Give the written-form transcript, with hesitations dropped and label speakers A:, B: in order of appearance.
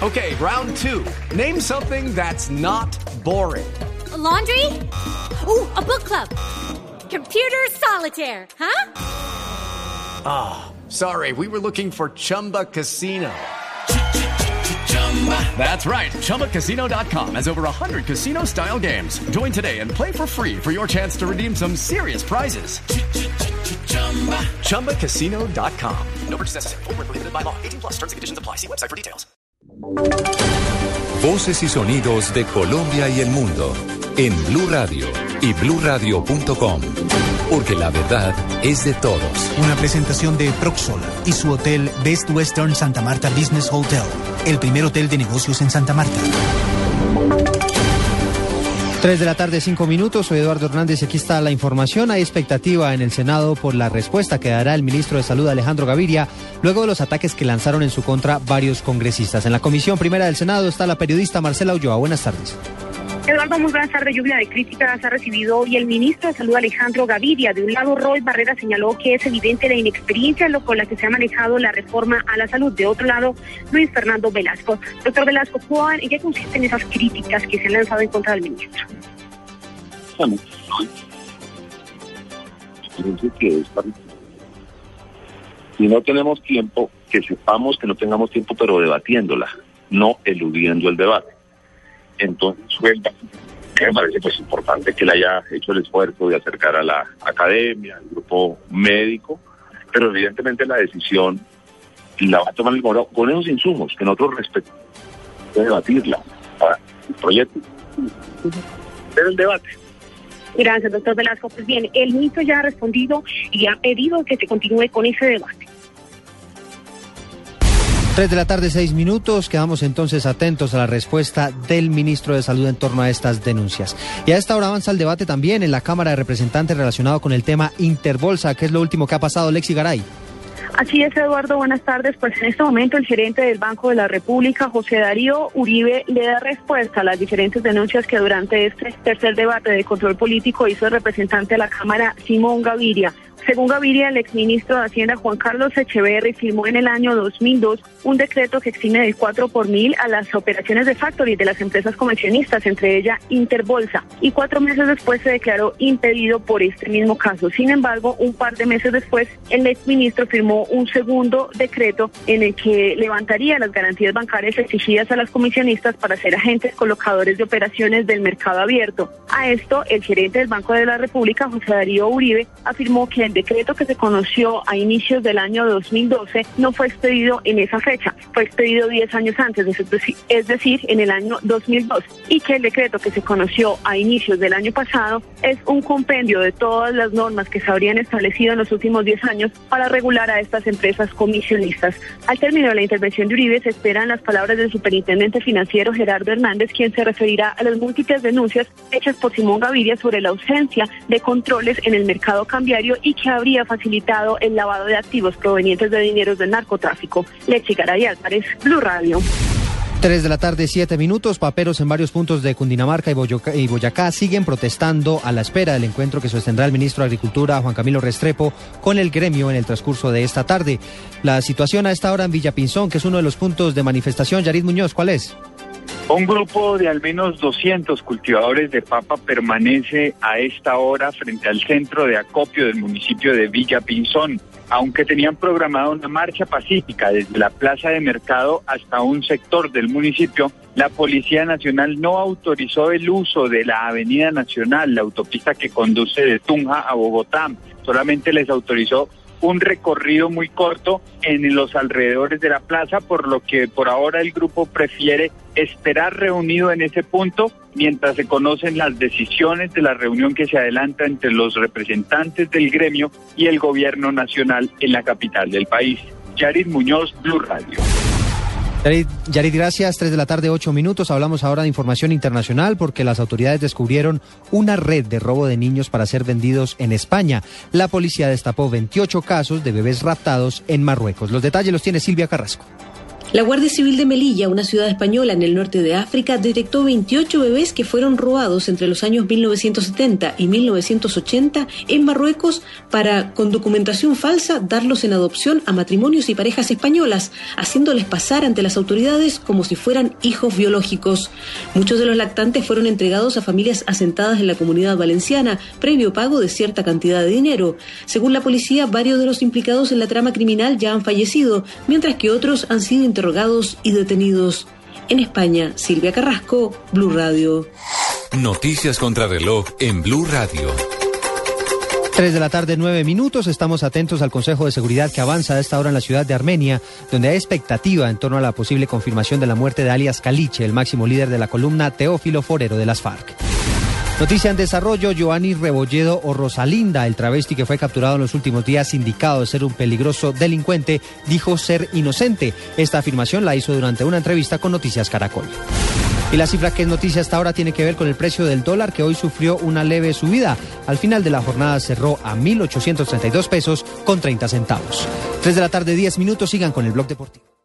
A: Okay, round two. Name something that's not boring.
B: A laundry? Ooh, a book club. Computer solitaire, huh?
A: Ah, sorry, we were looking for Chumba Casino. That's right, ChumbaCasino.com has over 100 casino-style games. Join today and play for free for your chance to redeem some serious prizes. ChumbaCasino.com. No purchase necessary. Void where prohibited by law. 18+ terms and conditions apply. See website for details.
C: Voces y sonidos de Colombia y el mundo en Blue Radio y BlueRadio.com. Porque la verdad es de todos.
D: Una presentación de Proxol y su hotel Best Western Santa Marta Business Hotel, el primer hotel de negocios en Santa Marta.
E: 3 de la tarde, 5 minutos. Soy Eduardo Hernández y aquí está la información. Hay expectativa en el Senado por la respuesta que dará el ministro de Salud, Alejandro Gaviria, luego de los ataques que lanzaron en su contra varios congresistas. En la Comisión Primera del Senado está la periodista Marcela Ulloa. Buenas tardes.
F: Eduardo, muy buenas tardes. Lluvia de críticas ha recibido hoy el ministro de Salud, Alejandro Gaviria. De un lado, Roy Barrera señaló que es evidente la inexperiencia con la que se ha manejado la reforma a la salud. De otro lado, Luis Fernando Velasco. Doctor Velasco, ¿en qué consisten esas críticas que se han lanzado en contra del ministro?
G: Si no tenemos tiempo, que sepamos que no tengamos tiempo, pero debatiéndola, no eludiendo el debate. Entonces, me parece pues importante que le haya hecho el esfuerzo de acercar a la academia, al grupo médico, pero evidentemente la decisión la va a tomar el gobierno con esos insumos que nosotros respetamos, de debatirla para el proyecto, pero el debate.
F: Gracias, doctor Velasco. Pues bien, el ministro ya ha respondido y ha pedido que se continúe con ese debate.
E: 3 de la tarde, 6 minutos. Quedamos entonces atentos a la respuesta del ministro de Salud en torno a estas denuncias. Y a esta hora avanza el debate también en la Cámara de Representantes relacionado con el tema Interbolsa, que es lo último que ha pasado. Lexi Garay.
F: Así es, Eduardo, buenas tardes. Pues en este momento el gerente del Banco de la República, José Darío Uribe, le da respuesta a las diferentes denuncias que durante este tercer debate de control político hizo el representante de la Cámara, Simón Gaviria. Según Gaviria, el exministro de Hacienda, Juan Carlos Echeverri, firmó en el año 2002 un decreto que exime del 4 por 1000 a las operaciones de factoring de las empresas comisionistas, entre ellas Interbolsa, y 4 meses después se declaró impedido por este mismo caso. Sin embargo, un par de meses después, el exministro firmó un segundo decreto en el que levantaría las garantías bancarias exigidas a las comisionistas para ser agentes colocadores de operaciones del mercado abierto. A esto, el gerente del Banco de la República, José Darío Uribe, afirmó que el decreto que se conoció a inicios del año 2012 no fue expedido en esa fecha, fue expedido 10 años antes, es decir, en el año 2002, y que el decreto que se conoció a inicios del año pasado es un compendio de todas las normas que se habrían establecido en los últimos 10 años para regular a estas empresas comisionistas. Al término de la intervención de Uribe se esperan las palabras del superintendente financiero Gerardo Hernández, quien se referirá a las múltiples denuncias hechas por Simón Gaviria sobre la ausencia de controles en el mercado cambiario y que habría facilitado el lavado de activos provenientes de dineros del narcotráfico. Lexi Garay Álvarez, Blue Radio.
E: 3 de la tarde, 7 minutos. Paperos en varios puntos de Cundinamarca y Boyacá siguen protestando a la espera del encuentro que sostendrá el ministro de Agricultura, Juan Camilo Restrepo, con el gremio en el transcurso de esta tarde. La situación a esta hora en Villapinzón, que es uno de los puntos de manifestación. Yarid Muñoz, ¿cuál es?
H: Un grupo de al menos 200 cultivadores de papa permanece a esta hora frente al centro de acopio del municipio de Villapinzón, aunque tenían programada una marcha pacífica desde la plaza de mercado hasta un sector del municipio. La Policía Nacional no autorizó el uso de la Avenida Nacional, la autopista que conduce de Tunja a Bogotá, solamente les autorizó un recorrido muy corto en los alrededores de la plaza, por lo que por ahora el grupo prefiere esperar reunido en ese punto mientras se conocen las decisiones de la reunión que se adelanta entre los representantes del gremio y el gobierno nacional en la capital del país. Yarid Muñoz, Blue Radio.
E: Yarid, gracias. 3 de la tarde, 8 minutos. Hablamos ahora de información internacional porque las autoridades descubrieron una red de robo de niños para ser vendidos en España. La policía destapó 28 casos de bebés raptados en Marruecos. Los detalles los tiene Silvia Carrasco.
I: La Guardia Civil de Melilla, una ciudad española en el norte de África, detectó 28 bebés que fueron robados entre los años 1970 y 1980 en Marruecos para, con documentación falsa, darlos en adopción a matrimonios y parejas españolas, haciéndoles pasar ante las autoridades como si fueran hijos biológicos. Muchos de los lactantes fueron entregados a familias asentadas en la Comunidad Valenciana, previo pago de cierta cantidad de dinero. Según la policía, varios de los implicados en la trama criminal ya han fallecido, mientras que otros han sido interrogados y detenidos. En España, Silvia Carrasco, Blue Radio.
C: Noticias contra reloj en Blue Radio.
E: 3 de la tarde, 9 minutos. Estamos atentos al Consejo de Seguridad que avanza a esta hora en la ciudad de Armenia, donde hay expectativa en torno a la posible confirmación de la muerte de alias Caliche, el máximo líder de la columna Teófilo Forero de las FARC. Noticia en desarrollo: Giovanni Rebolledo o Rosalinda, el travesti que fue capturado en los últimos días indicado de ser un peligroso delincuente, dijo ser inocente. Esta afirmación la hizo durante una entrevista con Noticias Caracol. Y la cifra que es noticia hasta ahora tiene que ver con el precio del dólar, que hoy sufrió una leve subida. Al final de la jornada cerró a 1.832 pesos con 30 centavos. 3 de la tarde, 10 minutos. Sigan con el Blog Deportivo.